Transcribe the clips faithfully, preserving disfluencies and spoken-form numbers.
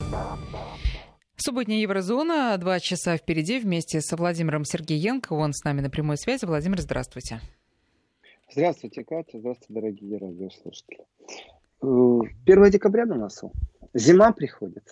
Субботняя Еврозона. Два часа впереди вместе со Владимиром Сергеенко. Он с нами на прямой связи. Владимир, здравствуйте. Здравствуйте, Катя. Здравствуйте, дорогие радиослушатели. первое декабря на носу. Зима приходит.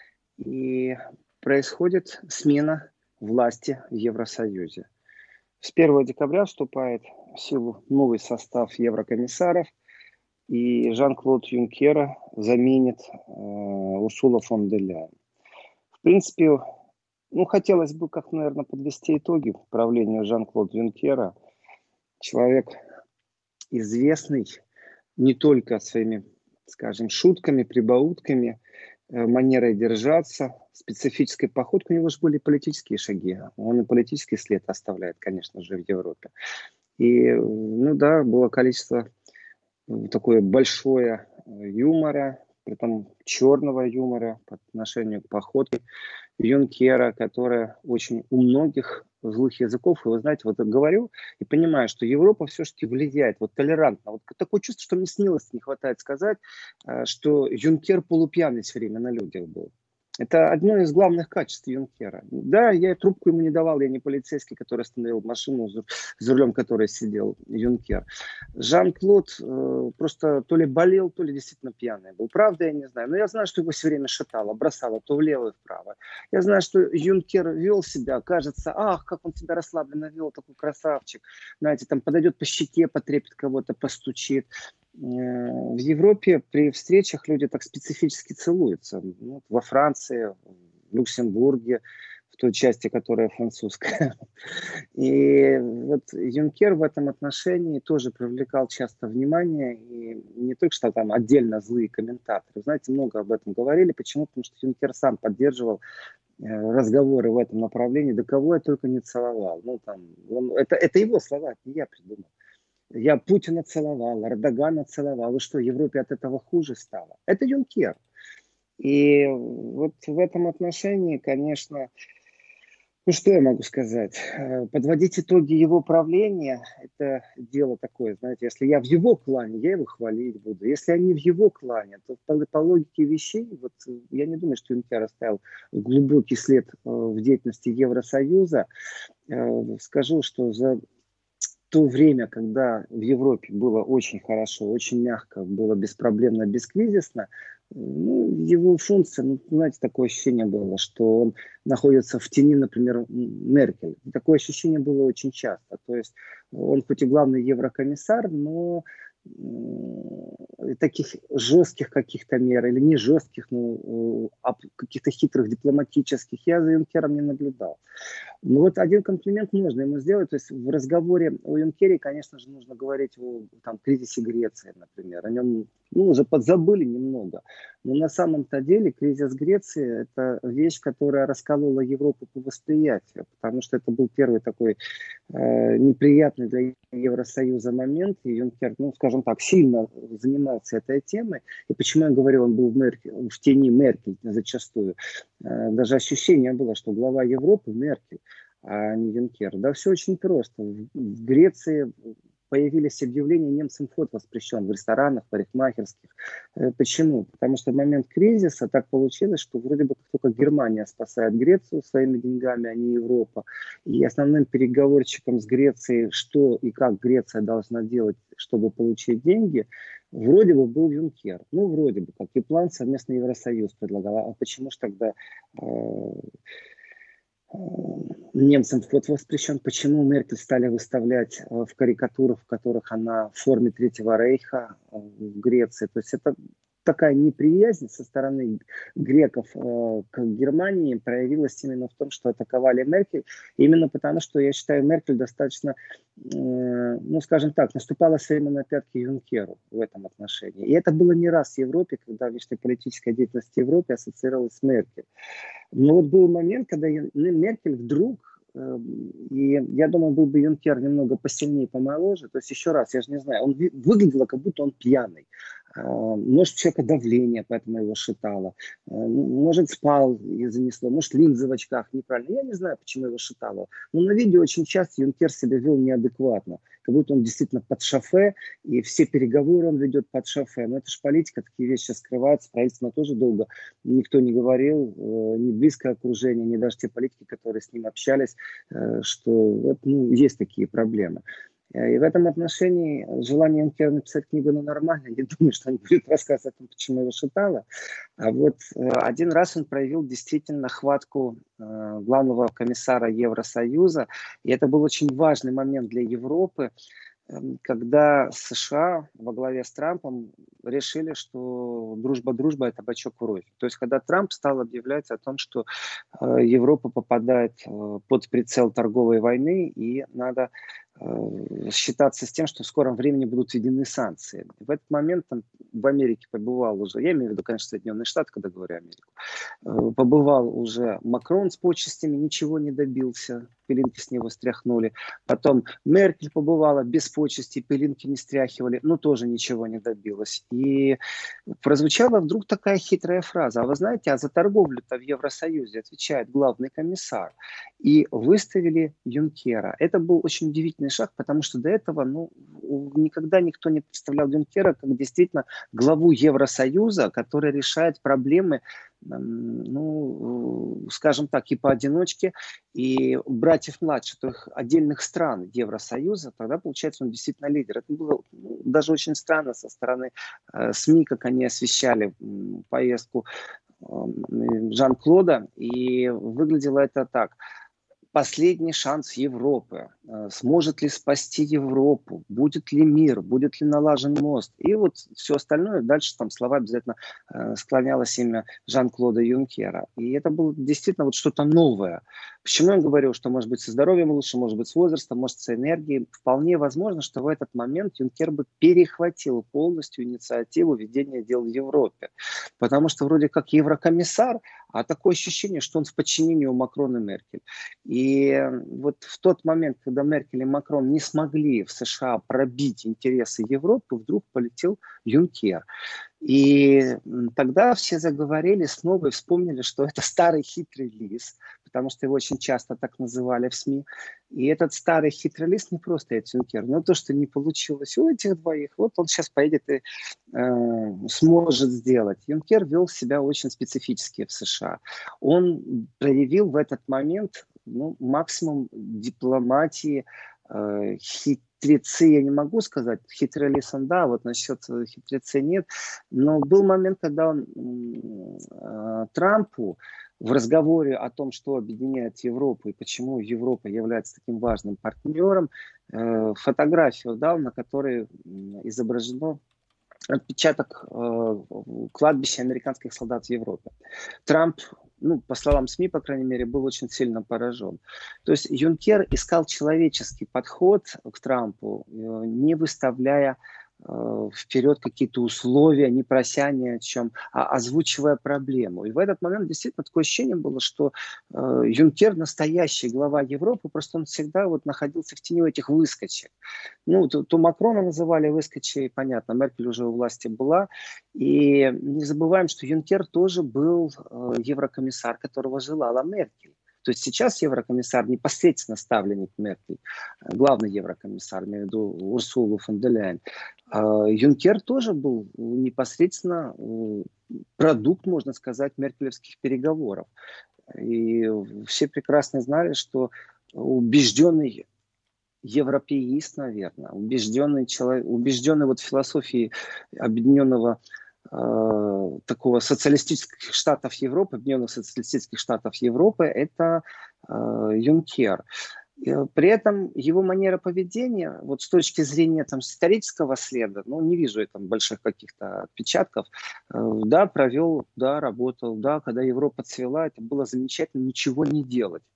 И происходит смена власти в Евросоюзе. С первого декабря вступает в силу новый состав еврокомиссаров. И Жан-Клод Юнкера заменит э, Урсула фон дер Ляйен. В принципе, ну, хотелось бы, как, наверное, подвести итоги правлению Жан-Клода Юнкера. Человек известный не только своими, скажем, шутками, прибаутками, манерой держаться, специфической походкой. У него же были политические шаги. Он и политический след оставляет, конечно же, в Европе. И, ну да, было количество такое большое юмора, притом черного юмора по отношению к походке Юнкера, которая очень у многих злых языков. И вы знаете, вот я говорю и понимаю, что Европа все-таки влияет вот толерантно. Вот такое чувство, что мне смелости не хватает сказать, что Юнкер полупьяный все время на людях был. Это одно из главных качеств Юнкера. Да, я и трубку ему не давал, я не полицейский, который остановил машину, за рулем которой сидел Юнкер. Жан-Клод э, просто то ли болел, то ли действительно пьяный был. Правда, я не знаю. Но я знаю, что его все время шатало, бросало то влево и вправо. Я знаю, что Юнкер вел себя, кажется, ах, как он себя расслабленно вел, такой красавчик. Знаете, там подойдет по щеке, потрепет кого-то, постучит. В Европе при встречах люди так специфически целуются. Ну, во Франции, в Люксембурге, в той части, которая французская. И вот Юнкер в этом отношении тоже привлекал часто внимание. И не только что там отдельно злые комментаторы. Знаете, много об этом говорили. Почему? Потому что Юнкер сам поддерживал разговоры в этом направлении. Да кого я только не целовал. Ну, там, он, это, это его слова, это не я придумал. Я Путина целовал, Эрдогана целовал. И что, Европе от этого хуже стало? Это Юнкер. И вот в этом отношении, конечно, ну что я могу сказать? Подводить итоги его правления, это дело такое, знаете, если я в его клане, я его хвалить буду. Если они в его клане, то по, по логике вещей, вот я не думаю, что Юнкер оставил глубокий след в деятельности Евросоюза. Скажу, что за то время, когда в Европе было очень хорошо, очень мягко, было беспроблемно, бескризисно, ну, его функция, ну, знаете, такое ощущение было, что он находится в тени, например, Меркель. Такое ощущение было очень часто. То есть он хоть и главный еврокомиссар, но таких жестких каких-то мер, или не жестких, ну, а каких-то хитрых дипломатических, я за Юнкером не наблюдал. Ну вот один комплимент можно ему сделать. То есть в разговоре о Юнкере, конечно же, нужно говорить о там, кризисе Греции, например. О нем ну, уже подзабыли немного. Но на самом-то деле кризис Греции – это вещь, которая расколола Европу по восприятию. Потому что это был первый такой э, неприятный для Евросоюза момент. И Юнкер, ну, скажем так, сильно занимался этой темой. И почему я говорю, он был в, Меркель, в тени Меркель зачастую. Э, даже ощущение было, что глава Европы Меркель, а не Юнкер. Да, все очень просто. В, в Греции появились объявления, немцам вход воспрещен в ресторанах, парикмахерских. Почему? Потому что в момент кризиса так получилось, что вроде бы только Германия спасает Грецию своими деньгами, а не Европа. И основным переговорщиком с Грецией, что и как Греция должна делать, чтобы получить деньги, вроде бы был Юнкер. Ну, вроде бы, как и план совместный Евросоюз предлагал. А почему же тогда э, немцам вход воспрещен? Почему Меркель стали выставлять в карикатурах, в которых она в форме Третьего Рейха в Греции? То есть это такая неприязнь со стороны греков э, к Германии проявилась именно в том, что атаковали Меркель. Именно потому, что, я считаю, Меркель достаточно, э, ну, скажем так, наступала все время на пятки Юнкеру в этом отношении. И это было не раз в Европе, когда внешнеполитическая деятельность в Европе ассоциировалась с Меркель. Но вот был момент, когда Меркель вдруг, и я думаю, был бы Юнкер немного посильнее, помоложе. То есть еще раз, я же не знаю, он выглядел, как будто он пьяный. Может, у человека давление, поэтому его шатало. Может, спал и занесло. Может, линзы в очках неправильно. Я не знаю, почему его шатало. Но на видео очень часто Юнкер себя вел неадекватно. Как будто он действительно под шофе, и все переговоры он ведет под шофе. Но это же политика, такие вещи скрываются. Правительство тоже долго никто не говорил, ни близкое окружение, ни даже те политики, которые с ним общались, что вот, ну, есть такие проблемы. И в этом отношении желание Юнкера написать книгу, ну, нормально. Не думаю, что он будет рассказывать о том, почему его шатало. А вот э, один раз он проявил действительно хватку э, главного комиссара Евросоюза. И это был очень важный момент для Европы, э, когда США во главе с Трампом решили, что дружба-дружба – это бочок крови. То есть, когда Трамп стал объявлять о том, что э, Европа попадает э, под прицел торговой войны, и надо считаться с тем, что в скором времени будут введены санкции. В этот момент там, в Америке побывал уже, я имею в виду, конечно, Соединенные Штаты, когда говорю Америку, побывал уже Макрон с почестями, ничего не добился, пылинки с него стряхнули. Потом Меркель побывала без почестей, пылинки не стряхивали, но тоже ничего не добилась. И прозвучала вдруг такая хитрая фраза. А вы знаете, а за торговлю-то в Евросоюзе отвечает главный комиссар. И выставили Юнкера. Это был очень удивительный шаг, потому что до этого ну, никогда никто не представлял Юнкера как действительно главу Евросоюза, который решает проблемы, ну, скажем так, и поодиночке, и братьев младших, то есть отдельных стран Евросоюза, тогда, получается, он действительно лидер. Это было ну, даже очень странно со стороны э, СМИ, как они освещали э, поездку э, Жан-Клода, и выглядело это так. Последний шанс Европы. Сможет ли спасти Европу? Будет ли мир? Будет ли налажен мост? И вот все остальное. Дальше там слова обязательно склонялось имя Жан-Клода Юнкера. И это было действительно вот что-то новое. Почему я говорю, что может быть со здоровьем лучше, может быть с возрастом, может с энергией. Вполне возможно, что в этот момент Юнкер бы перехватил полностью инициативу ведения дел в Европе. Потому что вроде как еврокомиссар, а такое ощущение, что он в подчинении у Макрона и Меркель. И вот в тот момент, когда Меркель и Макрон не смогли в США пробить интересы Европы, вдруг полетел Юнкер. И тогда все заговорили снова и вспомнили, что это старый хитрый лис, потому что его очень часто так называли в СМИ. И этот старый хитрый лис не просто это Юнкер, но то, что не получилось у этих двоих, вот он сейчас поедет и э, сможет сделать. Юнкер вел себя очень специфически в США. Он проявил в этот момент ну, максимум дипломатии, э, хитрецы я не могу сказать, хитрый лис он, да, вот насчет хитрецы нет, но был момент, когда он э, Трампу в разговоре о том, что объединяет Европу и почему Европа является таким важным партнером, э, фотографию дал, на которой изображено отпечаток э, кладбища американских солдат в Европе. Трамп, ну, по словам СМИ, по крайней мере, был очень сильно поражен. То есть Юнкер искал человеческий подход к Трампу, э, не выставляя э, вперед какие-то условия, не прося ни о чем, а озвучивая проблему. И в этот момент действительно такое ощущение было, что э, Юнкер настоящий глава Европы, просто он всегда вот находился в тени этих выскочек. Ну, то, то Макрона называли выскочей, понятно, Меркель уже у власти была. И не забываем, что Юнкер тоже был э, еврокомиссар, которого желала Меркель. То есть сейчас еврокомиссар непосредственно ставленник Меркель, главный еврокомиссар, имею в виду Урсулу фон дер Ляйен. А Юнкер тоже был непосредственно продукт, можно сказать, меркелевских переговоров. И все прекрасно знали, что убежденный европеист, наверное, убежденный человек, убежденный вот в философии объединенного э, такого социалистических штатов Европы, объединенных социалистических штатов Европы, это э, Юнкер. При этом его манера поведения, вот с точки зрения там, исторического следа, ну, не вижу я там больших каких-то отпечатков, да, провел, да, работал, да, когда Европа цвела, это было замечательно, ничего не делать.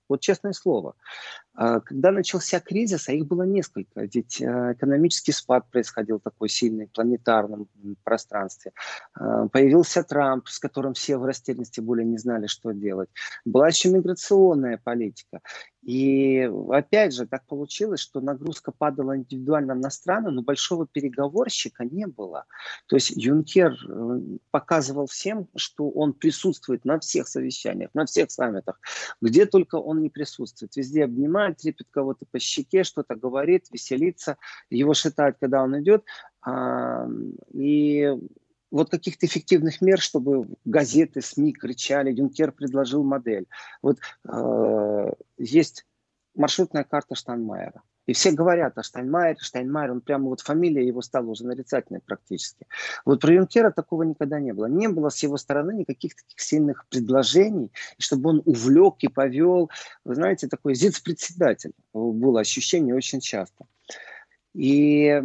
Вот честное слово. Когда начался кризис, а их было несколько, ведь экономический спад происходил такой сильный в планетарном пространстве. Появился Трамп, с которым все в растерянности более не знали, что делать. Была еще миграционная политика. И опять же, так получилось, что нагрузка падала индивидуально на страну, но большого переговорщика не было. То есть Юнкер показывал всем, что он присутствует на всех совещаниях, на всех саммитах, где только он не присутствует. Везде обнимает, трепет кого-то по щеке, что-то говорит, веселится, его шатает, когда он идет. И вот каких-то эффективных мер, чтобы газеты, СМИ кричали, Юнкер предложил модель. Вот э, есть маршрутная карта Штайнмайера. И все говорят о Штайнмайере, Штайнмайер, он прямо вот фамилия его стала уже нарицательной практически. Вот про Юнкера такого никогда не было. Не было с его стороны никаких таких сильных предложений, чтобы он увлек и повел. Вы знаете, такой зиц-председатель было ощущение очень часто. И э,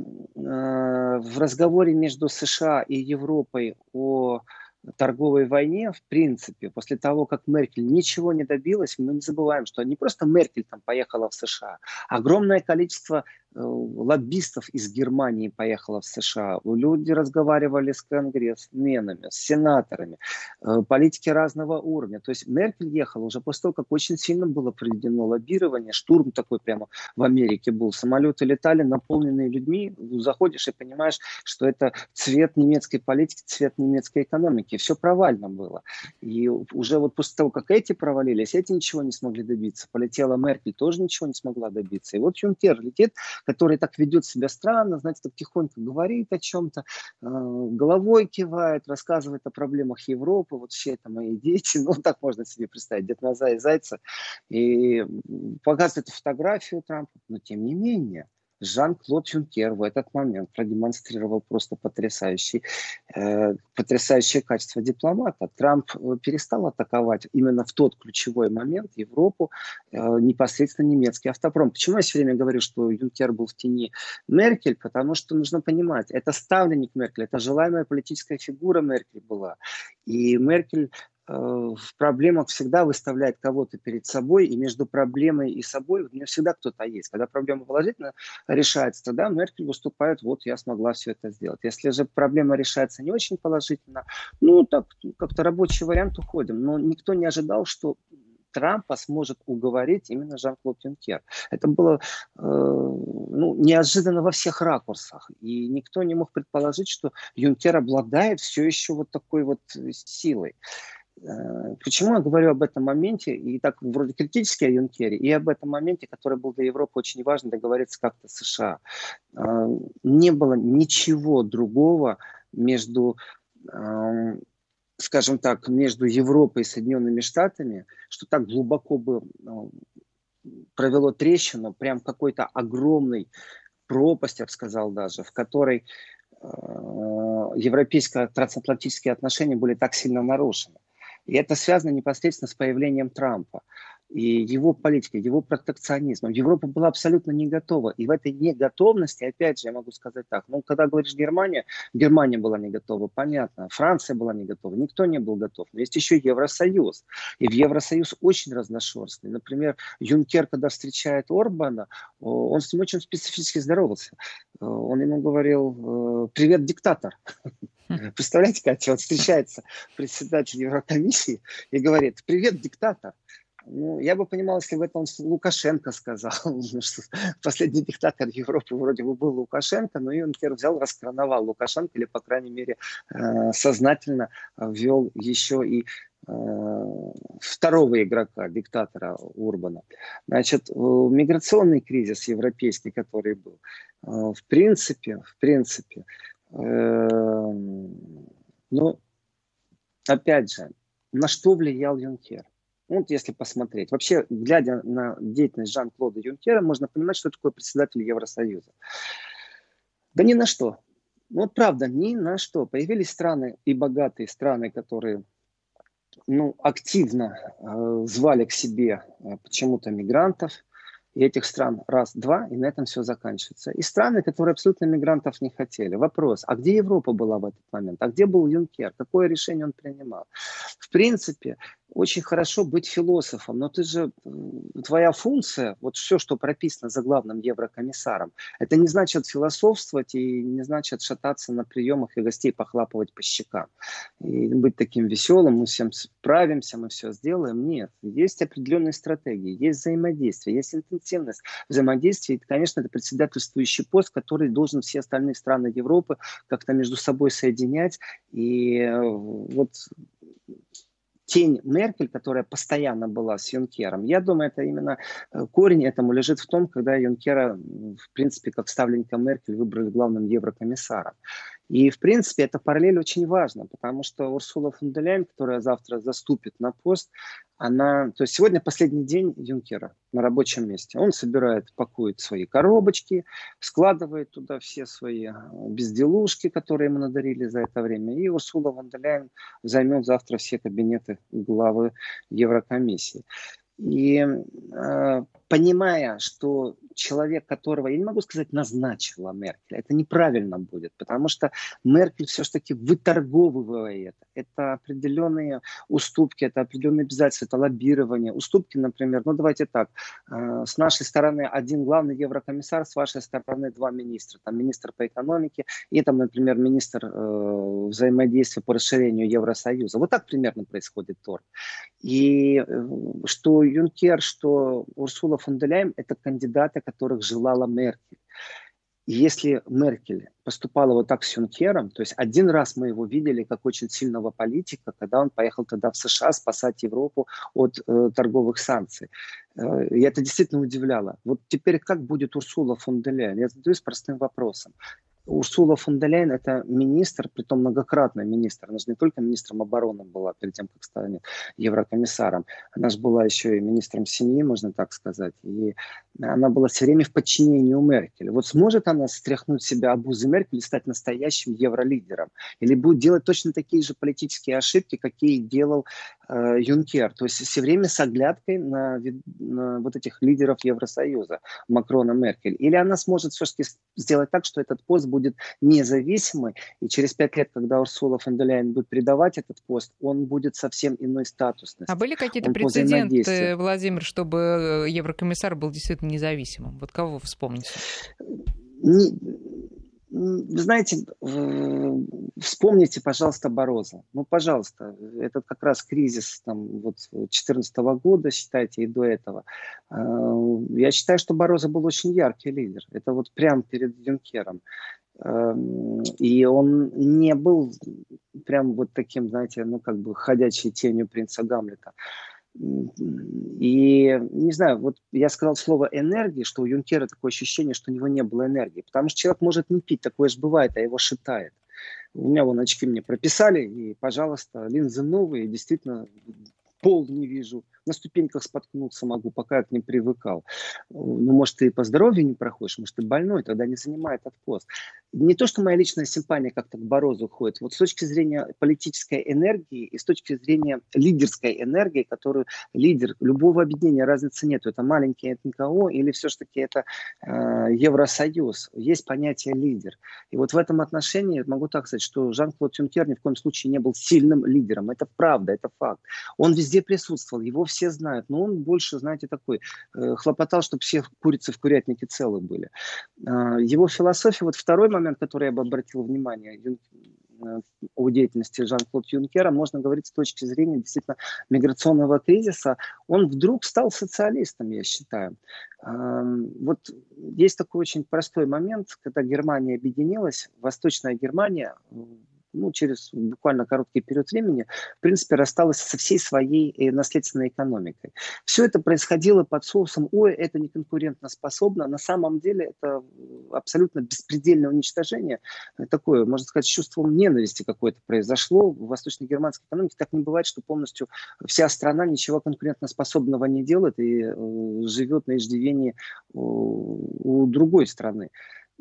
в разговоре между США и Европой о торговой войне, в принципе, после того, как Меркель ничего не добилась, мы не забываем, что не просто Меркель там поехала в США, огромное количество э, лоббистов из Германии поехало в США. Люди разговаривали с конгрессменами, с сенаторами, э, политики разного уровня. То есть Меркель ехала уже после того, как очень сильно было проведено лоббирование, штурм такой прямо в Америке был. Самолеты летали, наполненные людьми. Заходишь и понимаешь, что это цвет немецкой политики, цвет немецкой экономики. Все провально было. И уже вот после того, как эти провалились, эти ничего не смогли добиться. Полетела Меркель, тоже ничего не смогла добиться. И вот Юнкер летит, который так ведет себя странно, знаете, так тихонько говорит о чем-то, головой кивает, рассказывает о проблемах Европы. Вот все это мои дети. Ну, так можно себе представить. Дед Мороза и Зайца. И показывает фотографию Трампа. Но тем не менее, Жан-Клод Юнкер в этот момент продемонстрировал просто потрясающий, э, потрясающее качество дипломата. Трамп перестал атаковать именно в тот ключевой момент Европу, э, непосредственно немецкий автопром. Почему я все время говорю, что Юнкер был в тени Меркель? Потому что нужно понимать, это ставленник Меркель, это желаемая политическая фигура Меркель была. И Меркель в проблемах всегда выставляет кого-то перед собой, и между проблемой и собой у нее всегда кто-то есть. Когда проблема положительно решается, тогда Меркель выступает, вот я смогла все это сделать. Если же проблема решается не очень положительно, ну так как-то рабочий вариант уходим. Но никто не ожидал, что Трампа сможет уговорить именно Жан-Клод Юнкер. Это было э, ну, неожиданно во всех ракурсах. И никто не мог предположить, что Юнкер обладает все еще вот такой вот силой. Почему я говорю об этом моменте, и так вроде критически о Юнкере, и об этом моменте, который был для Европы очень важно договориться как-то с США. Не было ничего другого между, скажем так, между Европой и Соединенными Штатами, что так глубоко бы провело трещину, прям какой-то огромной пропасть, я бы сказал даже, в которой европейско-трансатлантические отношения были так сильно нарушены. И это связано непосредственно с появлением Трампа и его политикой, его протекционизмом. Европа была абсолютно не готова. И в этой неготовности, опять же, я могу сказать так, ну, когда говоришь Германия, Германия была не готова, понятно. Франция была не готова, никто не был готов. Но есть еще Евросоюз. И в Евросоюз очень разношерстный. Например, Юнкер, когда встречает Орбана, он с ним очень специфически здоровался. Он ему говорил: «Привет, диктатор». Представляете, Катя, вот встречается председатель Еврокомиссии и говорит: «Привет, диктатор». Ну, я бы понимал, если бы это он Лукашенко сказал. Что последний диктатор Европы вроде бы был Лукашенко, но Юнкер взял, раскороновал Лукашенко, или, по крайней мере, сознательно ввел еще и второго игрока, диктатора Урбана. Значит, миграционный кризис европейский, который был, в принципе, в принципе, ну, опять же, на что влиял Юнкер? Вот если посмотреть. Вообще, глядя на деятельность Жан-Клода Юнкера, можно понимать, что такое председатель Евросоюза. Да ни на что. Вот правда, ни на что. Появились страны, и богатые страны, которые ну, активно э, звали к себе э, почему-то мигрантов. И этих стран раз-два, и на этом все заканчивается. И страны, которые абсолютно мигрантов не хотели. Вопрос, а где Европа была в этот момент? А где был Юнкер? Какое решение он принимал? В принципе, очень хорошо быть философом, но ты же, твоя функция, вот все, что прописано за главным еврокомиссаром, это не значит философствовать и не значит шататься на приемах и гостей похлапывать по щекам. И быть таким веселым, мы всем справимся, мы все сделаем. Нет, есть определенные стратегии, есть взаимодействие, есть интенсивность взаимодействия. И, конечно, это председательствующий пост, который должен все остальные страны Европы как-то между собой соединять. И вот тень Меркель, которая постоянно была с Юнкером, я думаю, это именно корень этому лежит в том, когда Юнкера, в принципе, как ставленника Меркель, выбрали главным еврокомиссаром. И, в принципе, эта параллель очень важна, потому что Урсула фон дер Ляйен, которая завтра заступит на пост, она, то есть сегодня последний день Юнкера на рабочем месте. Он собирает, пакует свои коробочки, складывает туда все свои безделушки, которые ему надарили за это время. И Урсула фон дер Ляйен займет завтра все кабинеты главы Еврокомиссии. И э, понимая, что человек, которого, я не могу сказать, назначила Меркель, это неправильно будет, потому что Меркель все-таки выторговывает. Это определенные уступки, это определенные обязательства, это лоббирование. Уступки, например, ну давайте так, э, с нашей стороны один главный еврокомиссар, с вашей стороны два министра. Там министр по экономике и там, например, министр э, взаимодействия по расширению Евросоюза. Вот так примерно происходит торг. И э, что Юнкер, что Урсула фон дер Ляйен – это кандидаты, которых желала Меркель. И если Меркель поступала вот так с Юнкером, то есть один раз мы его видели как очень сильного политика, когда он поехал тогда в США спасать Европу от э, торговых санкций. Э, и это действительно удивляло. Вот теперь как будет Урсула фон дер Ляйен? Я задаюсь простым вопросом. Урсула фон дер Ляйен – это министр, притом многократный министр. Она же не только министром обороны была перед тем, как станет еврокомиссаром. Она же была еще и министром семьи, можно так сказать. И она была все время в подчинении у Меркель. Вот сможет она стряхнуть себя обузы Меркель и стать настоящим евролидером? Или будет делать точно такие же политические ошибки, какие делал э, Юнкер? То есть все время с оглядкой на, на вот этих лидеров Евросоюза, Макрона, Меркель. Или она сможет все-таки сделать так, что этот пост будет независимый, и через пять лет, когда Урсула фон дер Ляйен будет передавать этот пост, он будет совсем иной статусности. А были какие-то прецеденты, Владимир, чтобы еврокомиссар был действительно независимым? Вот кого вы вспомните? Не, вы знаете, вспомните, пожалуйста, Бароза. Ну, пожалуйста, это как раз кризис там, вот, две тысячи четырнадцатого года, считайте, и до этого. Я считаю, что Бароза был очень яркий лидер. Это вот прямо перед Юнкером. И он не был прям вот таким, знаете, ну как бы ходячей тенью принца Гамлета. И не знаю, вот я сказал слово энергии, что у Юнкера такое ощущение, что у него не было энергии. Потому что человек может не пить, такое же бывает, а его шатает. У меня вон очки мне прописали, и, пожалуйста, линзы новые, действительно, пол не вижу. На ступеньках споткнуться могу, пока я к ним привыкал. Ну, может, ты по здоровью не проходишь, может, ты больной, тогда не занимай этот пост. Не то, что моя личная симпатия как-то к Барозу уходит. Вот с точки зрения политической энергии и с точки зрения лидерской энергии, которую лидер любого объединения, разницы нет. Это маленький эн ка о или все-таки это э, Евросоюз. Есть понятие лидер. И вот в этом отношении могу так сказать, что Жан-Клод Юнкер ни в коем случае не был сильным лидером. Это правда, это факт. Он везде присутствовал, его все знают, но он больше, знаете, такой, э, хлопотал, чтобы все курицы в курятнике целы были. Э, его философия, вот второй момент, который я бы обратил внимание э, о деятельности Жан-Клод Юнкера, можно говорить с точки зрения действительно миграционного кризиса, он вдруг стал социалистом, я считаю. Э, вот есть такой очень простой момент, когда Германия объединилась, Восточная Германия, ну, через буквально короткий период времени, в принципе, рассталась со всей своей наследственной экономикой. Все это происходило под соусом «Ой, это не конкурентоспособно». На самом деле это абсолютно беспредельное уничтожение. Такое, можно сказать, с чувством ненависти какое-то произошло. В восточно-германской экономике так не бывает, что полностью вся страна ничего конкурентоспособного не делает и э, живет на иждивении у, у другой страны.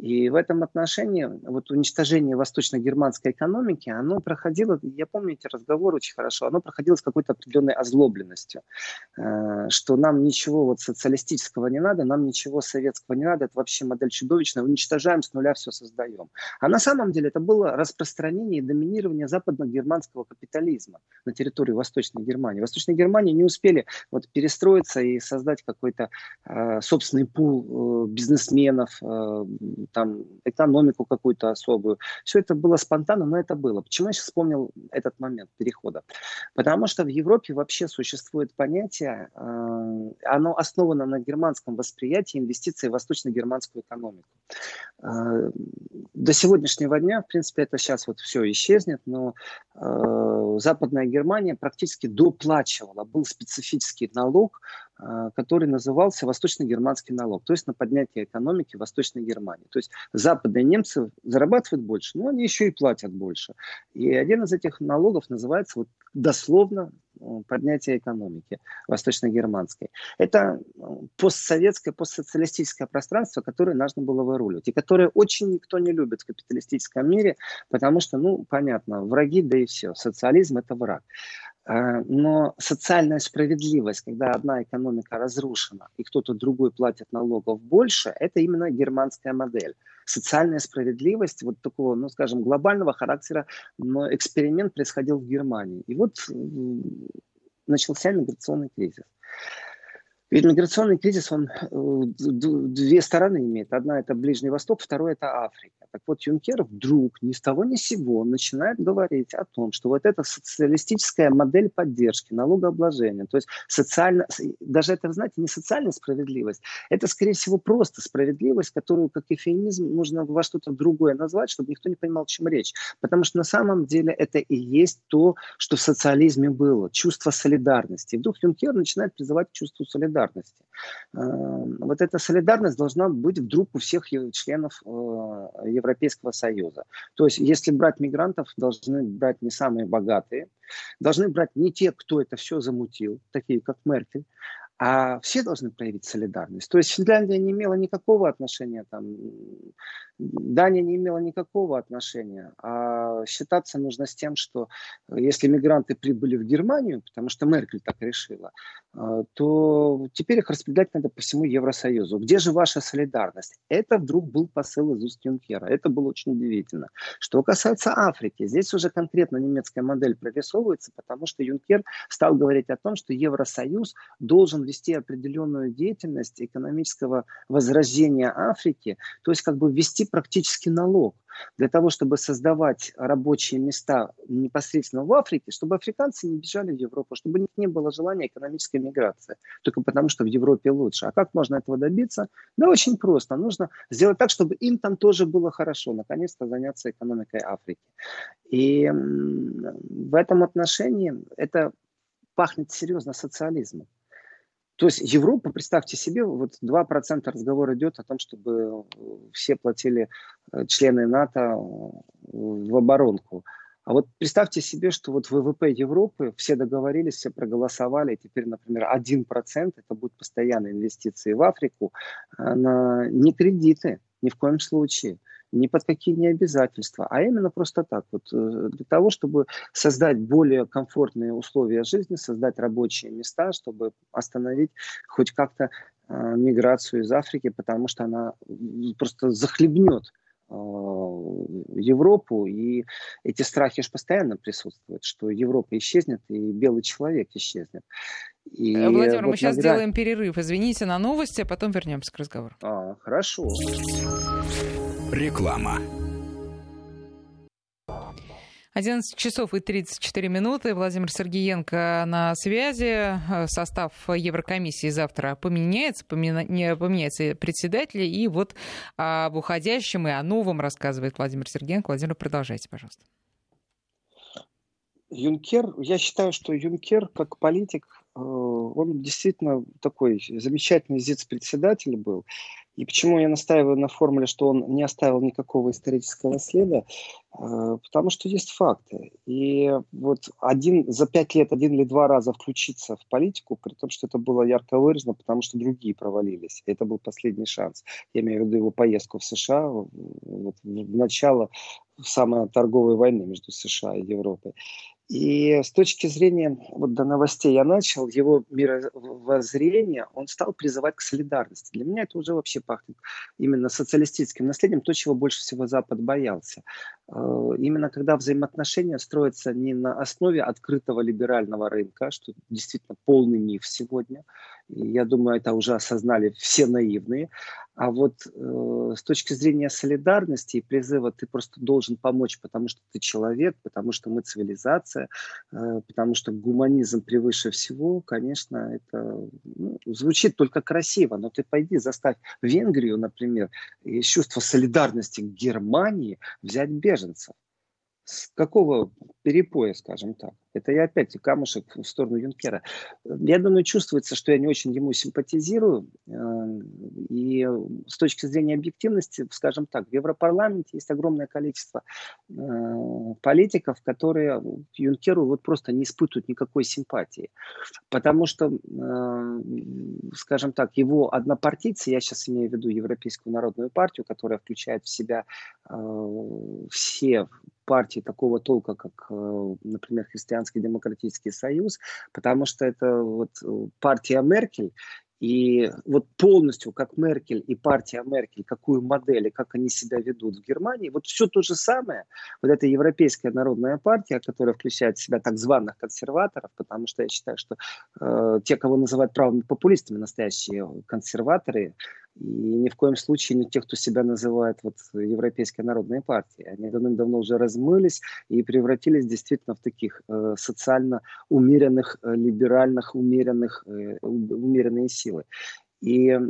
И в этом отношении вот уничтожение восточно-германской экономики, оно проходило, я помню эти разговоры очень хорошо, оно проходило с какой-то определенной озлобленностью, э, что нам ничего вот социалистического не надо, нам ничего советского не надо, это вообще модель чудовищная, уничтожаем, с нуля все создаем. А на самом деле это было распространение и доминирование западно-германского капитализма на территории Восточной Германии. В Восточной Германии не успели вот перестроиться и создать какой-то э, собственный пул э, бизнесменов, э, там, экономику какую-то особую. Все это было спонтанно, но это было. Почему я сейчас вспомнил этот момент перехода? Потому что в Европе вообще существует понятие, э, оно основано на германском восприятии инвестиций в восточно-германскую экономику. Э, до сегодняшнего дня, в принципе, это сейчас вот все исчезнет, но э, Западная Германия практически доплачивала. Был специфический налог, э, который назывался восточно-германский налог, то есть на поднятие экономики Восточной Германии. То есть западные немцы зарабатывают больше, но они еще и платят больше. И один из этих налогов называется вот дословно поднятие экономики восточно-германской. Это постсоветское, постсоциалистическое пространство, которое нужно было выруливать, и которое очень никто не любит в капиталистическом мире, потому что, ну, понятно, враги, да и все. Социализм – это враг. Но социальная справедливость, когда одна экономика разрушена и кто-то другой платит налогов больше, это именно германская модель. Социальная справедливость вот такого, ну, скажем, глобального характера, но эксперимент происходил в Германии. И вот начался миграционный кризис. Ведь миграционный кризис, он две стороны имеет. Одна – это Ближний Восток, второе – это Африка. Так вот, Юнкер вдруг ни с того ни с сего начинает говорить о том, что вот эта социалистическая модель поддержки, налогообложения, то есть социально, даже это, знаете, не социальная справедливость, это, скорее всего, просто справедливость, которую, как эвфемизм, нужно во что-то другое назвать, чтобы никто не понимал, о чем речь. Потому что на самом деле это и есть то, что в социализме было, чувство солидарности. И вдруг Юнкер начинает призывать к чувству солидарности. Вот эта солидарность должна быть вдруг у всех членов Европейского Союза. То есть, если брать мигрантов, должны брать не самые богатые, должны брать не те, кто это все замутил, такие как Меркель, а все должны проявить солидарность. То есть Финляндия не имела никакого отношения, там, Дания не имела никакого отношения, а считаться нужно с тем, что если мигранты прибыли в Германию, потому что Меркель так решила, то теперь их распределять надо по всему Евросоюзу. Где же ваша солидарность? Это вдруг был посыл из уст Юнкера. Это было очень удивительно. Что касается Африки, здесь уже конкретно немецкая модель прорисовывается, потому что Юнкер стал говорить о том, что Евросоюз должен вести определенную деятельность экономического возрождения Африки, то есть как бы ввести практически налог для того, чтобы создавать рабочие места непосредственно в Африке, чтобы африканцы не бежали в Европу, чтобы у них не было желания экономической миграции, только потому что в Европе лучше. А как можно этого добиться? Да очень просто. Нужно сделать так, чтобы им там тоже было хорошо, наконец-то заняться экономикой Африки. И в этом отношении это пахнет серьезно социализмом. То есть Европа, представьте себе, вот два процента разговор идет о том, чтобы все платили члены НАТО в оборонку. А вот представьте себе, что вот ВВП Европы, все договорились, все проголосовали, и теперь, например, один процент это будут постоянные инвестиции в Африку, на не кредиты, ни в коем случае. Ни под какие не обязательства, а именно просто так, вот, для того, чтобы создать более комфортные условия жизни, создать рабочие места, чтобы остановить хоть как-то э, миграцию из Африки, потому что она просто захлебнет э, Европу, и эти страхи же постоянно присутствуют, что Европа исчезнет, и белый человек исчезнет. И Владимир, вот мы сейчас грани... сделаем перерыв. Извините на новости, а потом вернемся к разговору. А, хорошо. Реклама. одиннадцать часов и тридцать четыре минуты. Владимир Сергеенко на связи. Состав Еврокомиссии завтра поменяется, помена... поменяется председатель. И вот об уходящем и о новом рассказывает Владимир Сергеенко. Владимир, продолжайте, пожалуйста. Юнкер, я считаю, что Юнкер как политик, он действительно такой замечательный зиц-председатель был. И почему я настаиваю на формуле, что он не оставил никакого исторического следа? Потому что есть факты. И вот один, за пять лет один или два раза включиться в политику, при том, что это было ярко выражено, потому что другие провалились. Это был последний шанс. Я имею в виду его поездку в США, вот, в начало самой торговой войны между США и Европой. И с точки зрения, вот до новостей я начал, его мировоззрение, он стал призывать к солидарности. Для меня это уже вообще пахнет именно социалистическим наследием, то, чего больше всего Запад боялся. Именно когда взаимоотношения строятся не на основе открытого либерального рынка, что действительно полный миф сегодня, и я думаю, это уже осознали все наивные, а вот э, с точки зрения солидарности и призыва ты просто должен помочь, потому что ты человек, потому что мы цивилизация, э, потому что гуманизм превыше всего, конечно, это ну, звучит только красиво, но ты пойди, заставь Венгрию, например, из чувства солидарности к Германии взять беженцев. С какого перепоя, скажем так? Это я опять камушек в сторону Юнкера. Я думаю, чувствуется, что я не очень ему симпатизирую. И с точки зрения объективности, скажем так, в Европарламенте есть огромное количество политиков, которые Юнкеру вот просто не испытывают никакой симпатии. Потому что, скажем так, его однопартийцы, я сейчас имею в виду Европейскую народную партию, которая включает в себя все партии такого толка, как, например, Христианский демократический союз, потому что это вот партия Меркель, и вот полностью, как Меркель и партия Меркель, какую модель и как они себя ведут в Германии, вот все то же самое, вот эта Европейская народная партия, которая включает в себя так званых консерваторов, потому что я считаю, что э, те, кого называют правыми популистами, настоящие консерваторы, и ни в коем случае не те, кто себя называет вот Европейской народной партией. Они давным-давно уже размылись и превратились действительно в таких э, социально умеренных, э, либеральных, умеренных, э, умеренные силы. И э,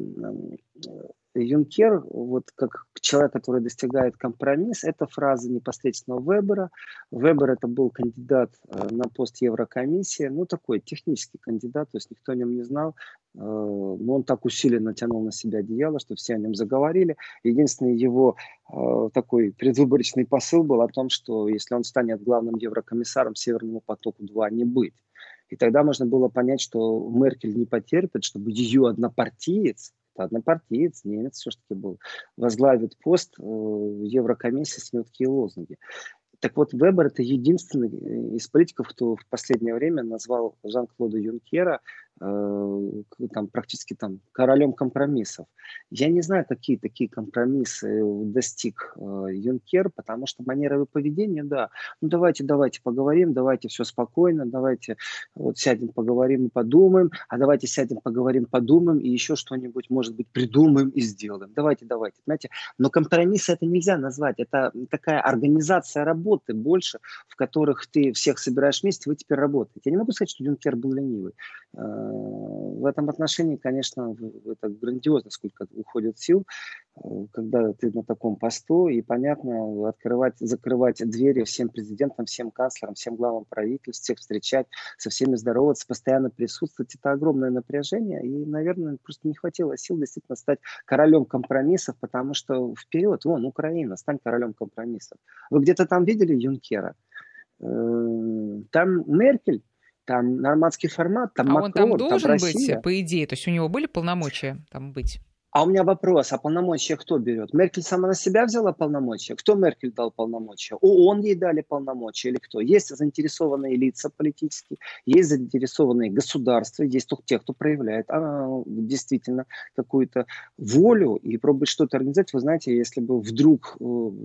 Юнкер, вот как человек, который достигает компромисс, это фраза непосредственно Вебера. Вебер это был кандидат на пост Еврокомиссии, ну такой технический кандидат, то есть никто о нем не знал, но он так усиленно тянул на себя одеяло, что все о нем заговорили. Единственный его такой предвыборочный посыл был о том, что если он станет главным еврокомиссаром, Северному потоку-два не быть. И тогда можно было понять, что Меркель не потерпит, чтобы ее однопартиец, однопартиец, немец все-таки был, возглавит пост в Еврокомиссии с такие лозунги. Так вот, Вебер это единственный из политиков, кто в последнее время назвал Жан-Клода Юнкера э, там, практически там, королем компромиссов. Я не знаю, какие такие компромиссы достиг э, Юнкер, потому что манера его поведения, да, ну давайте, давайте поговорим, давайте все спокойно, давайте вот сядем, поговорим и подумаем, а давайте сядем, поговорим, подумаем и еще что-нибудь, может быть, придумаем и сделаем. Давайте, давайте, знаете. Но компромиссы это нельзя назвать, это такая организация работы, больше, в которых ты всех собираешь вместе, вы теперь работаете. Я не могу сказать, что Юнкер был ленивый. В этом отношении, конечно, это грандиозно, сколько уходит сил, когда ты на таком посту, и, понятно, открывать, закрывать двери всем президентам, всем канцлерам, всем главам правительств, всех встречать, со всеми здороваться, постоянно присутствовать. Это огромное напряжение, и, наверное, просто не хватило сил действительно стать королем компромиссов, потому что вперед, вон, Украина, стань королем компромиссов. Вы где-то там видели Юнкера? Там Меркель, там нормандский формат, там а Макрон, он там там должен Россия. быть, по идее? То есть у него были полномочия там быть? А у меня вопрос, а полномочия кто берет? Меркель сама на себя взяла полномочия? Кто Меркель дал полномочия? ООН ей дали полномочия или кто? Есть заинтересованные лица политические, есть заинтересованные государства, есть только те, кто проявляет а, действительно какую-то волю и пробует что-то организовать. Вы знаете, если бы вдруг...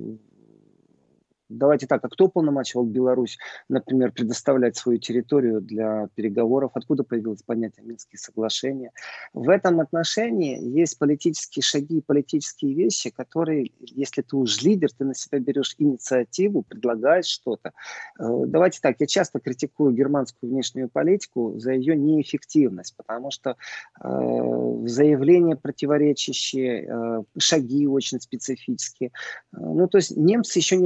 Давайте так, а кто уполномачивал Беларусь, например, предоставлять свою территорию для переговоров? Откуда появилось понятие Минские соглашения? В этом отношении есть политические шаги, политические вещи, которые, если ты уж лидер, ты на себя берешь инициативу, предлагаешь что-то. Давайте так, я часто критикую германскую внешнюю политику за ее неэффективность, потому что э, заявления противоречащие, э, шаги очень специфические. Ну, то есть немцы еще не встряхнули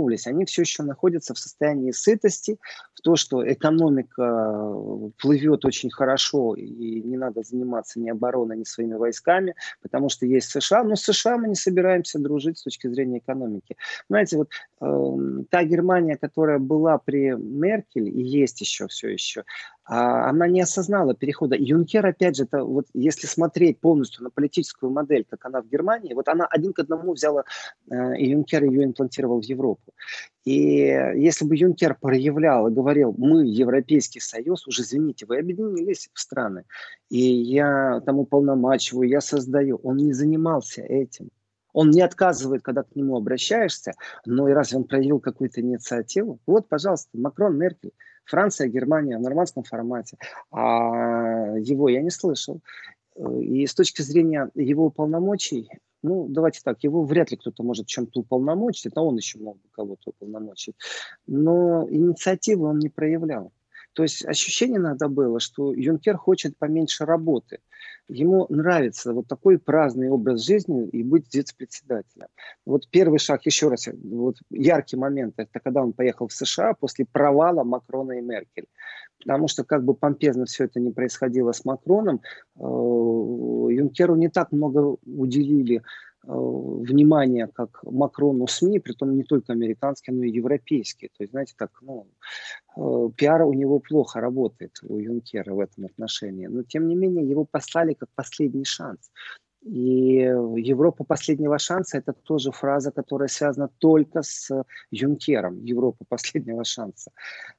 вернулись. Они все еще находятся в состоянии сытости, в то, что экономика плывет очень хорошо, и не надо заниматься ни обороной, ни своими войсками, потому что есть США. Но с США мы не собираемся дружить с точки зрения экономики. Знаете, вот э, та Германия, которая была при Меркель, и есть еще все еще, а она не осознала перехода. Юнкер, опять же, это вот если смотреть полностью на политическую модель, как она в Германии, вот она один к одному взяла, э, и Юнкер ее имплантировал в Европу. И если бы Юнкер проявлял и говорил, мы, Европейский Союз, уже, извините, вы объединились в страны, и я там уполномачиваю, я создаю, он не занимался этим. Он не отказывает, когда к нему обращаешься, но и разве он проявил какую-то инициативу? Вот, пожалуйста, Макрон, Меркель, Франция, Германия в нормандском формате. А его я не слышал. И с точки зрения его полномочий, ну, давайте так, его вряд ли кто-то может чем-то уполномочить, это он еще мог бы кого-то уполномочить. Но инициативы он не проявлял. То есть ощущение иногда было, что Юнкер хочет поменьше работы. Ему нравится вот такой праздный образ жизни и быть вице-председателем. Вот первый шаг, еще раз, вот яркий момент, это когда он поехал в США после провала Макрона и Меркель. Потому что как бы помпезно все это не происходило с Макроном, Юнкеру не так много уделили внимания, как Макрону СМИ, притом не только американские, но и европейские. То есть, знаете, так, ну, пиар у него плохо работает, у Юнкера в этом отношении. Но, тем не менее, его послали как последний шанс. И Европа последнего шанса — это тоже фраза, которая связана только с Юнкером. Европа последнего шанса.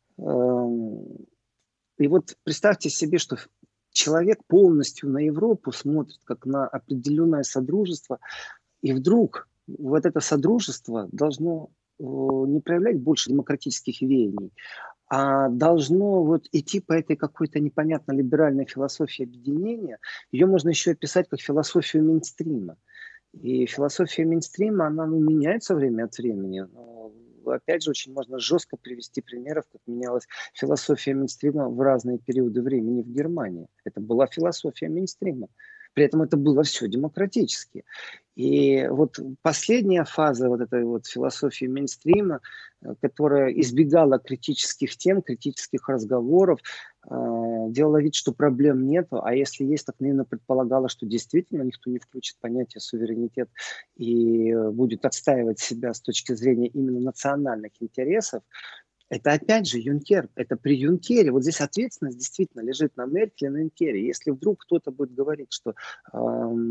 И вот представьте себе, что человек полностью на Европу смотрит как на определенное содружество, и вдруг вот это содружество должно не проявлять больше демократических веяний, а должно вот идти по этой какой-то непонятно либеральной философии объединения. Ее можно еще описать как философию мейнстрима. И философия мейнстрима, она ну, меняется время от времени. Но, опять же, очень можно жестко привести примеров, как менялась философия мейнстрима в разные периоды времени в Германии. Это была философия мейнстрима. При этом это было все демократически. И вот последняя фаза вот этой вот философии мейнстрима, которая избегала критических тем, критических разговоров, делала вид, что проблем нету, а если есть, так наивно предполагала, что действительно никто не включит понятие суверенитет и будет отстаивать себя с точки зрения именно национальных интересов. Это опять же Юнкер, это при Юнкере. Вот здесь ответственность действительно лежит на Меркель и на Юнкере. Если вдруг кто-то будет говорить, что э,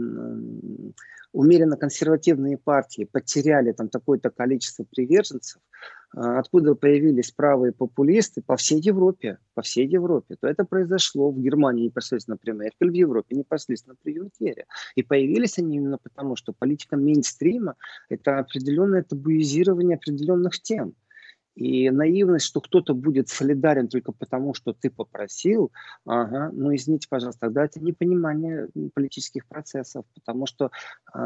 умеренно консервативные партии потеряли там такое-то количество приверженцев, э, откуда появились правые популисты по всей Европе, по всей Европе, то это произошло в Германии непосредственно при Меркель, в Европе непосредственно при Юнкере. И появились они именно потому, что политика мейнстрима – это определенное табуизирование определенных тем. И наивность, что кто-то будет солидарен только потому, что ты попросил, ага, ну извините, пожалуйста, тогда это непонимание политических процессов, потому что э,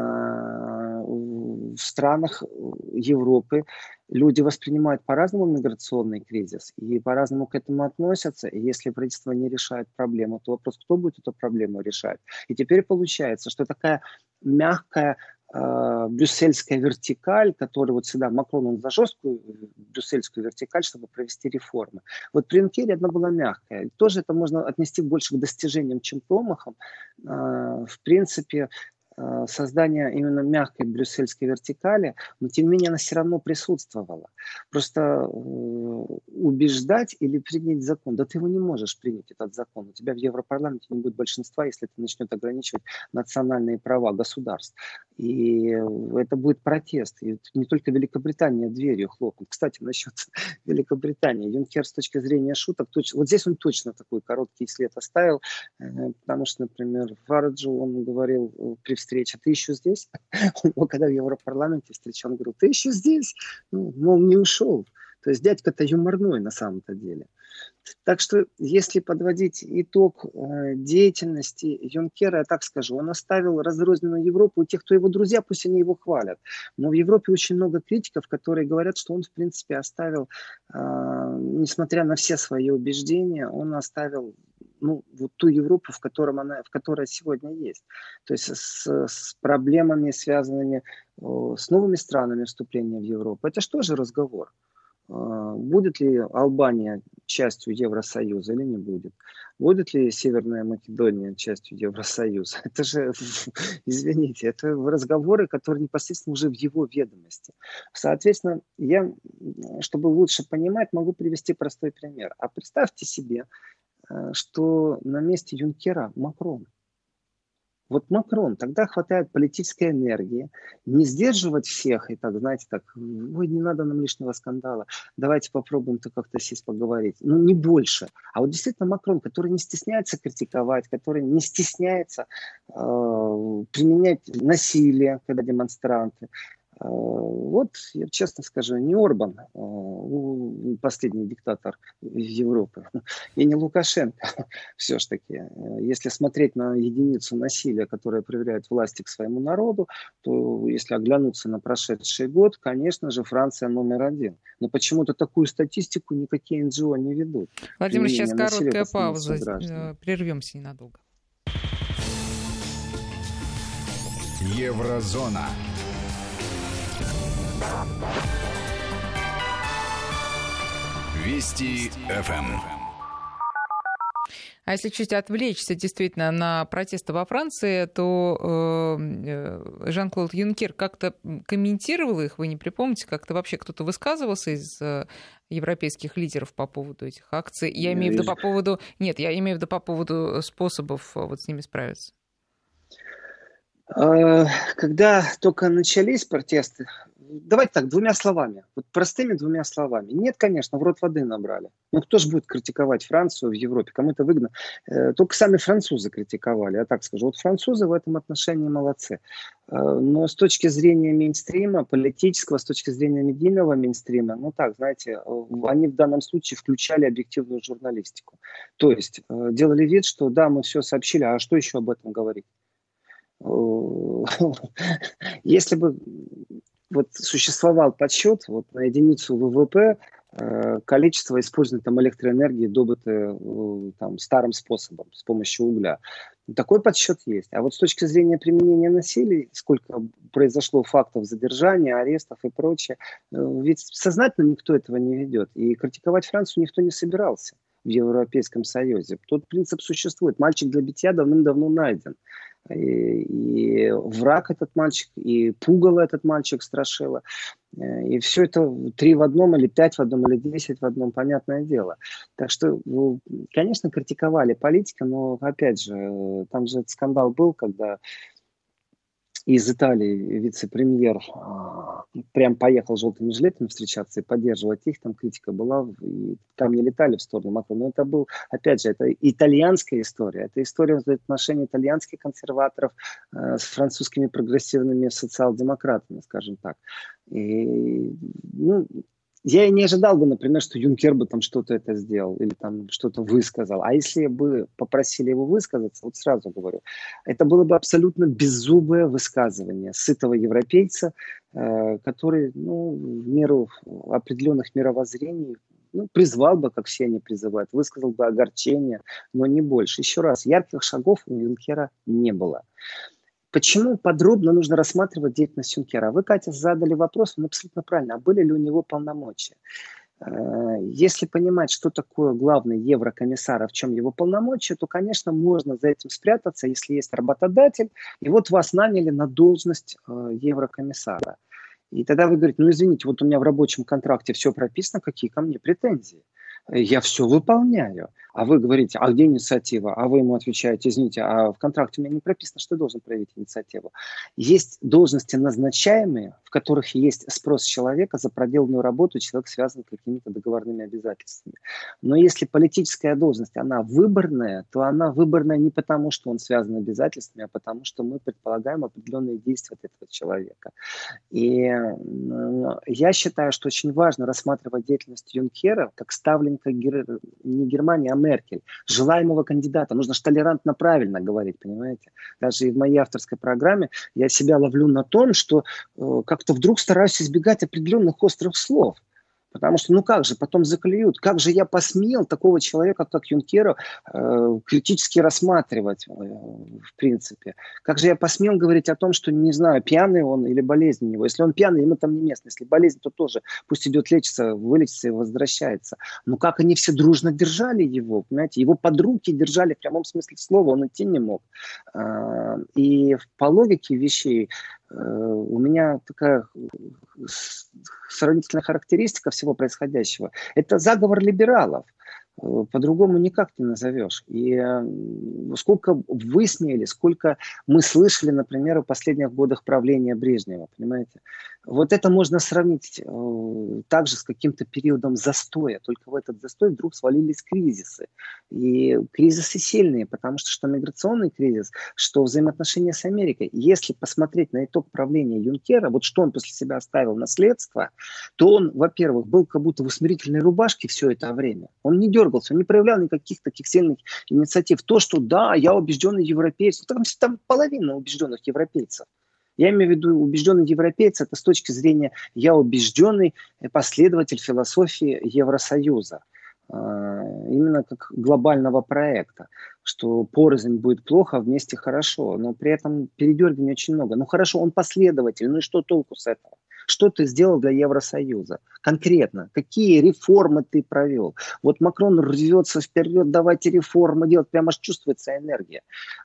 в странах Европы люди воспринимают по-разному миграционный кризис и по-разному к этому относятся. И если правительство не решает проблему, то вопрос, кто будет эту проблему решать. И теперь получается, что такая мягкая брюссельская вертикаль, которую вот всегда Макрон, он за жесткую брюссельскую вертикаль, чтобы провести реформы. Вот при Юнкере она была мягкая. Тоже это можно отнести больше к достижениям, чем к промахам. В принципе, создание именно мягкой брюссельской вертикали, но тем не менее она все равно присутствовала. Просто э, убеждать или принять закон, да ты его не можешь принять, этот закон. У тебя в Европарламенте не будет большинства, если это начнет ограничивать национальные права государств. И это будет протест. И не только Великобритания дверью хлопнет. Кстати, насчет Великобритании. Юнкер с точки зрения шуток, точ... вот здесь он точно такой короткий след оставил, э, потому что, например, Фараджу он говорил при встрече: ты еще здесь? Он, когда в Европарламенте встречал, он говорил: ты еще здесь? Ну, мол, не ушел. То есть дядька-то юморной на самом-то деле. Так что, если подводить итог э, деятельности Юнкера, я так скажу, он оставил разрозненную Европу. У тех, кто его друзья, пусть они его хвалят. Но в Европе очень много критиков, которые говорят, что он, в принципе, оставил, э, несмотря на все свои убеждения, он оставил ну, вот ту Европу, в, котором она, в которой сегодня есть. То есть с, с проблемами, связанными э, с новыми странами вступления в Европу. Это что же разговор? Будет ли Албания частью Евросоюза или не будет? Будет ли Северная Македония частью Евросоюза? Это же, извините, это разговоры, которые непосредственно уже в его ведомости. Соответственно, я, чтобы лучше понимать, могу привести простой пример. А представьте себе, что на месте Юнкера Макрон. Вот Макрон, тогда хватает политической энергии, не сдерживать всех и так, знаете, так, ой, не надо нам лишнего скандала, давайте попробуем-то как-то сесть поговорить. Ну, не больше. А вот действительно Макрон, который не стесняется критиковать, который не стесняется э, применять насилие, когда демонстранты. Э, вот, я честно скажу, не Орбан, э, последний диктатор Европы, и не Лукашенко. Все-таки, если смотреть на единицу насилия, которое проверяет власти к своему народу, то если оглянуться на прошедший год, конечно же, Франция номер один. Но почему-то такую статистику никакие эн джи о не ведут. Владимир, сейчас короткая пауза. Прервемся ненадолго. Еврозона. Вести эф эм. А если чуть отвлечься действительно на протесты во Франции, то э, Жан-Клод Юнкер как-то комментировал их, вы не припомните, как-то вообще кто-то высказывался из э, европейских лидеров по поводу этих акций? Я имею в виду по поводу... Нет, я имею в виду по поводу способов вот с ними справиться. Когда только начались протесты, давайте так, двумя словами, вот простыми двумя словами. Нет, конечно, в рот воды набрали. Но кто же будет критиковать Францию в Европе? Кому это выгодно? Только сами французы критиковали, я так скажу. Вот французы в этом отношении молодцы. Но с точки зрения мейнстрима, политического, с точки зрения медийного мейнстрима, ну так, знаете, они в данном случае включали объективную журналистику. То есть делали вид, что да, мы все сообщили, а что еще об этом говорить? Если бы вот существовал подсчет вот, на единицу вэ вэ пэ э, количество использованной там электроэнергии, добытой э, там, старым способом, с помощью угля, такой подсчет есть. А вот с точки зрения применения насилия, сколько произошло фактов задержания, арестов и прочее, э, ведь сознательно никто этого не ведет. И критиковать Францию никто не собирался в Европейском Союзе. Тот принцип существует. Мальчик для битья давным-давно найден. И, и враг этот мальчик, и пугало этот мальчик страшило. И все это три в одном, или пять в одном, или десять в одном, понятное дело. Так что, конечно, критиковали политика, но, опять же, там же скандал был, когда из Италии вице-премьер прям поехал с желтыми жилетами встречаться и поддерживать их. Там критика была, и камни летали в сторону Макрона. Но это был, опять же, это итальянская история. Это история отношений итальянских консерваторов э, с французскими прогрессивными социал-демократами, скажем так. И, ну, я и не ожидал бы, например, что Юнкер бы там что-то это сделал или там что-то высказал. А если бы попросили его высказаться, вот сразу говорю, это было бы абсолютно беззубое высказывание сытого европейца, э, который, ну, в меру определенных мировоззрений, ну, призвал бы, как все они призывают, высказал бы огорчение, но не больше. Еще раз, ярких шагов у Юнкера не было. Почему подробно нужно рассматривать деятельность Юнкера? Вы, Катя, задали вопрос, он абсолютно правильно. А были ли у него полномочия? Если понимать, что такое главный еврокомиссар, а в чем его полномочия, то, конечно, можно за этим спрятаться, если есть работодатель, и вот вас наняли на должность еврокомиссара. И тогда вы говорите, ну извините, вот у меня в рабочем контракте все прописано, какие ко мне претензии? Я все выполняю. А вы говорите, а где инициатива? А вы ему отвечаете, извините, а в контракте у меня не прописано, что я должен проявить инициативу. Есть должности назначаемые, в которых есть спрос человека за проделанную работу, человек связан с какими-то договорными обязательствами. Но если политическая должность, она выборная, то она выборная не потому, что он связан с обязательствами, а потому, что мы предполагаем определенные действия от этого человека. И я считаю, что очень важно рассматривать деятельность Юнкера как ставленника Гер... не Германии, а Меркель, желаемого кандидата. Нужно же толерантно правильно говорить, понимаете? Даже и в моей авторской программе я себя ловлю на том, что э, как-то вдруг стараюсь избегать определенных острых слов. Потому что, ну как же, потом заклюют. Как же я посмел такого человека, как Юнкера, э, критически рассматривать, э, в принципе? Как же я посмел говорить о том, что, не знаю, пьяный он или болезнь у него? Если он пьяный, ему там не место. Если болезнь, то тоже. Пусть идет лечится, вылечится и возвращается. Но как они все дружно держали его, понимаете? Его под руки держали в прямом смысле слова, он идти не мог. Э, и по логике вещей у меня такая сравнительная характеристика всего происходящего. Это заговор либералов. По-другому никак не назовешь. И сколько высмеяли, сколько мы слышали, например, в последних годах правления Брежнева, понимаете? Вот это можно сравнить э, также с каким-то периодом застоя. Только в этот застой вдруг свалились кризисы. И кризисы сильные, потому что что миграционный кризис, что взаимоотношения с Америкой. Если посмотреть на итог правления Юнкера, вот что он после себя оставил наследство, то он, во-первых, был как будто в усмирительной рубашке все это время. Он не дергался, он не проявлял никаких таких сильных инициатив. То, что да, я убежденный европеец, там, там половина убежденных европейцев. Я имею в виду убежденный европеец, это с точки зрения я убежденный последователь философии Евросоюза. Именно как глобального проекта, что порознь будет плохо, а вместе хорошо. Но при этом передергиваний очень много. Ну хорошо, он последователь, ну и что толку с этого? Что ты сделал для Евросоюза? Конкретно, какие реформы ты провел? Вот Макрон рвется вперед, давайте реформы делать, прямо аж чувствуется энергия.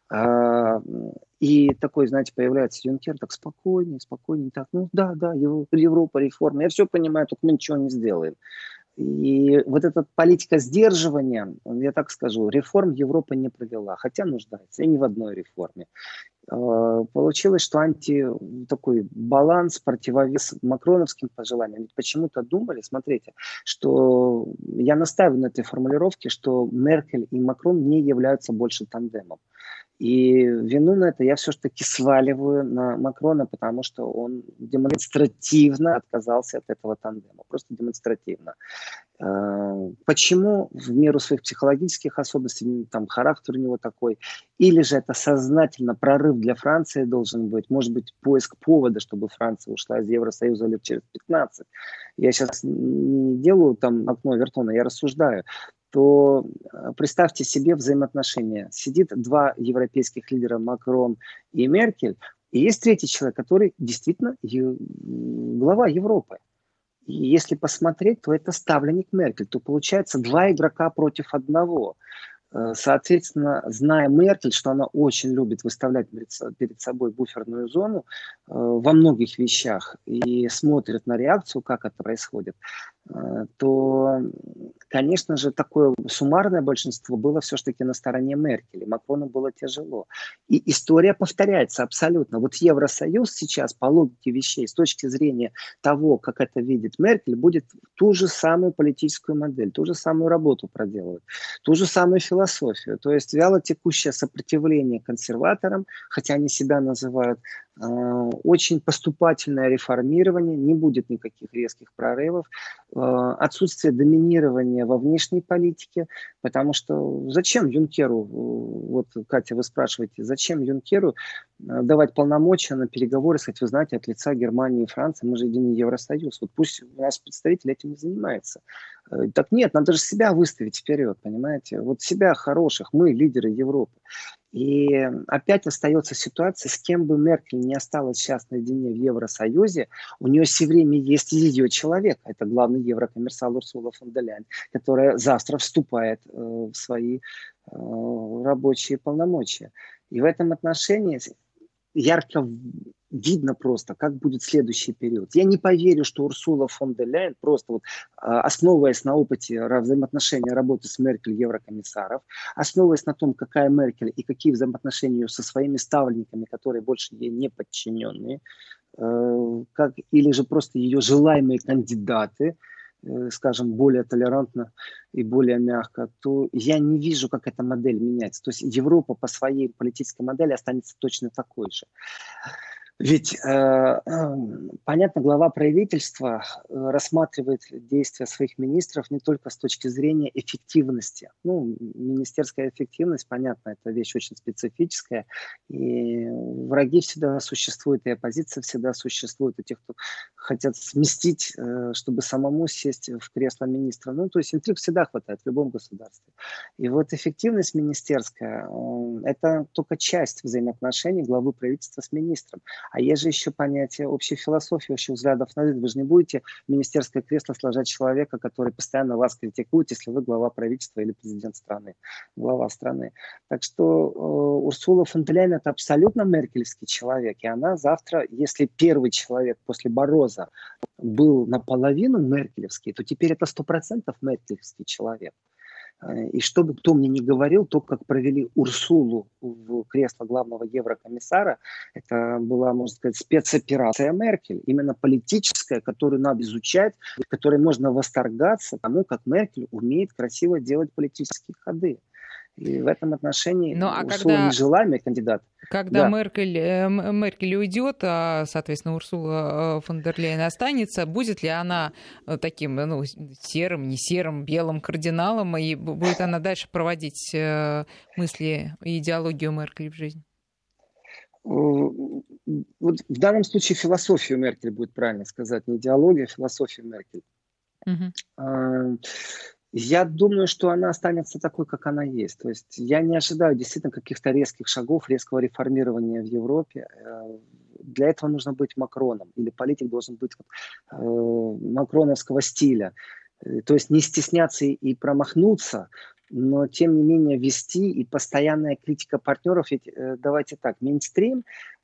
И такой, знаете, появляется Юнкер, так спокойнее, спокойнее, так, ну да, да, Европа, реформы, я все понимаю, только мы ничего не сделаем. И вот эта политика сдерживания, я так скажу, реформ Европа не провела, хотя нуждается, и ни в одной реформе. Получилось, что анти такой баланс, противовес макроновским пожеланиям. Ведь почему-то думали, смотрите, что я настаиваю на этой формулировке, что Меркель и Макрон не являются больше тандемом. И вину на это я все-таки сваливаю на Макрона, потому что он демонстративно отказался от этого тандема. Просто демонстративно. Почему? В меру своих психологических особенностей, там характер у него такой. Или же это сознательно прорыв для Франции должен быть. Может быть, поиск повода, чтобы Франция ушла из Евросоюза лет через пятнадцать. Я сейчас не делаю там окно Вертона, я рассуждаю. То представьте себе взаимоотношения. Сидит два европейских лидера, Макрон и Меркель, и есть третий человек, который действительно глава Европы. И если посмотреть, то это ставленник Меркель. То получается два игрока против одного. Соответственно, зная Меркель, что она очень любит выставлять перед собой буферную зону во многих вещах и смотрит на реакцию, как это происходит, то, конечно же, такое суммарное большинство было все-таки на стороне Меркель. Макрону было тяжело. И история повторяется абсолютно. Вот Евросоюз сейчас, по логике вещей, с точки зрения того, как это видит Меркель, будет ту же самую политическую модель, ту же самую работу проделывать, ту же самую философию. То есть вяло текущее сопротивление консерваторам, хотя они себя называют, очень поступательное реформирование, не будет никаких резких прорывов, отсутствие доминирования во внешней политике, потому что зачем Юнкеру, вот, Катя, вы спрашиваете, зачем Юнкеру давать полномочия на переговоры, сказать, вы знаете, от лица Германии и Франции, мы же единый Евросоюз, вот пусть у нас представитель этим не занимается. Так нет, надо же себя выставить вперед, понимаете, вот себя хороших, мы лидеры Европы. И опять остается ситуация, с кем бы Меркель не осталась сейчас наедине в Евросоюзе, у нее все время есть ее человек, это главный еврокомиссар Урсула фон дер Ляйен, которая завтра вступает э, в свои э, рабочие полномочия. И в этом отношении ярко видно просто, как будет следующий период. Я не поверю, что Урсула фон дер Ляйен, просто вот, основываясь на опыте взаимоотношений работы с Меркель еврокомиссаров, основываясь на том, какая Меркель и какие взаимоотношения со своими ставленниками, которые больше ей не подчиненные, как, или же просто ее желаемые кандидаты, скажем, более толерантно и более мягко, то я не вижу, как эта модель меняется. То есть Европа по своей политической модели останется точно такой же. Ведь, э, понятно, глава правительства рассматривает действия своих министров не только с точки зрения эффективности. Ну, министерская эффективность, понятно, это вещь очень специфическая, и враги всегда существуют, и оппозиция всегда существует, и те, кто хотят сместить, чтобы самому сесть в кресло министра. Ну, то есть интриг всегда хватает в любом государстве. И вот эффективность министерская – это только часть взаимоотношений главы правительства с министром. А есть же еще понятие общей философии, общих взглядов на жизнь. Вы же не будете в министерское кресло сложать человека, который постоянно вас критикует, если вы глава правительства или президент страны, глава страны. Так что э, Урсула фон дер Ляйен – это абсолютно меркельский человек. И она завтра, если первый человек после Бароза был наполовину меркелевский, то теперь это сто процентов меркелевский человек. И что бы кто мне ни говорил, то, как провели Урсулу в кресло главного еврокомиссара, это была, можно сказать, спецоперация Меркель, именно политическая, которую надо изучать, которой можно восторгаться тому, как Меркель умеет красиво делать политические ходы. И в этом отношении ну, а Урсула когда... нежелаемый кандидат. Когда да. Меркель, Меркель уйдет, а, соответственно, Урсула фон дер Ляйен останется, будет ли она таким ну, серым, не серым, белым кардиналом, и будет она дальше проводить мысли и идеологию Меркель в жизнь? Вот в данном случае философию Меркель будет правильно сказать, не идеологию, а философию Меркель. Угу. Я думаю, что она останется такой, как она есть. То есть я не ожидаю действительно каких-то резких шагов, резкого реформирования в Европе. Для этого нужно быть Макроном. Или политик должен быть э, макроновского стиля. То есть не стесняться и промахнуться, но тем не менее вести и постоянная критика партнеров. Ведь э, давайте так, мейнстрим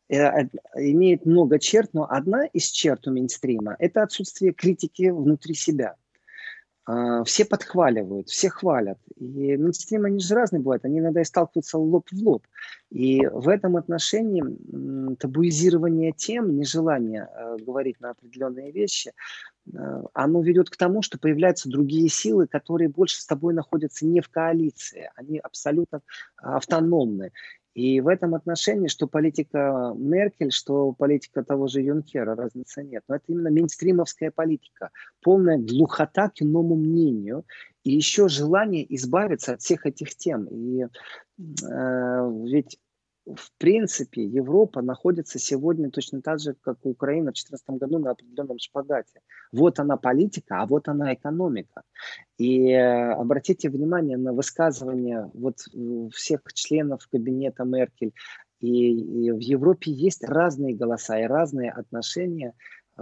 имеет много черт, но одна из черт у мейнстрима – это отсутствие критики внутри себя. Все подхваливают, все хвалят. И мейнстрим, они же разные бывают, они иногда и сталкиваются лоб в лоб. И в этом отношении табуизирование тем, нежелание говорить на определенные вещи, оно ведет к тому, что появляются другие силы, которые больше с тобой находятся не в коалиции, они абсолютно автономны. И в этом отношении, что политика Меркель, что политика того же Юнкера, разницы нет. Но это именно мейнстримовская политика, полная глухота к иному мнению и еще желание избавиться от всех этих тем. И э, ведь в принципе Европа находится сегодня точно так же, как и Украина в две тысячи четырнадцатом году на определенном шпагате. Вот она политика, а вот она экономика. И э, обратите внимание на высказывания вот всех членов кабинета Меркель. И, и в Европе есть разные голоса и разные отношения э,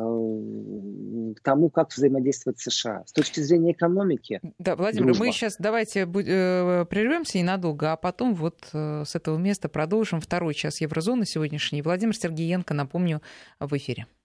к тому, как взаимодействовать с США. С точки зрения экономики. Да, Владимир, дружба. Мы сейчас давайте прервемся ненадолго, а потом вот с этого места продолжим второй час Еврозоны сегодняшний. Владимир Сергеенко, напомню, в эфире.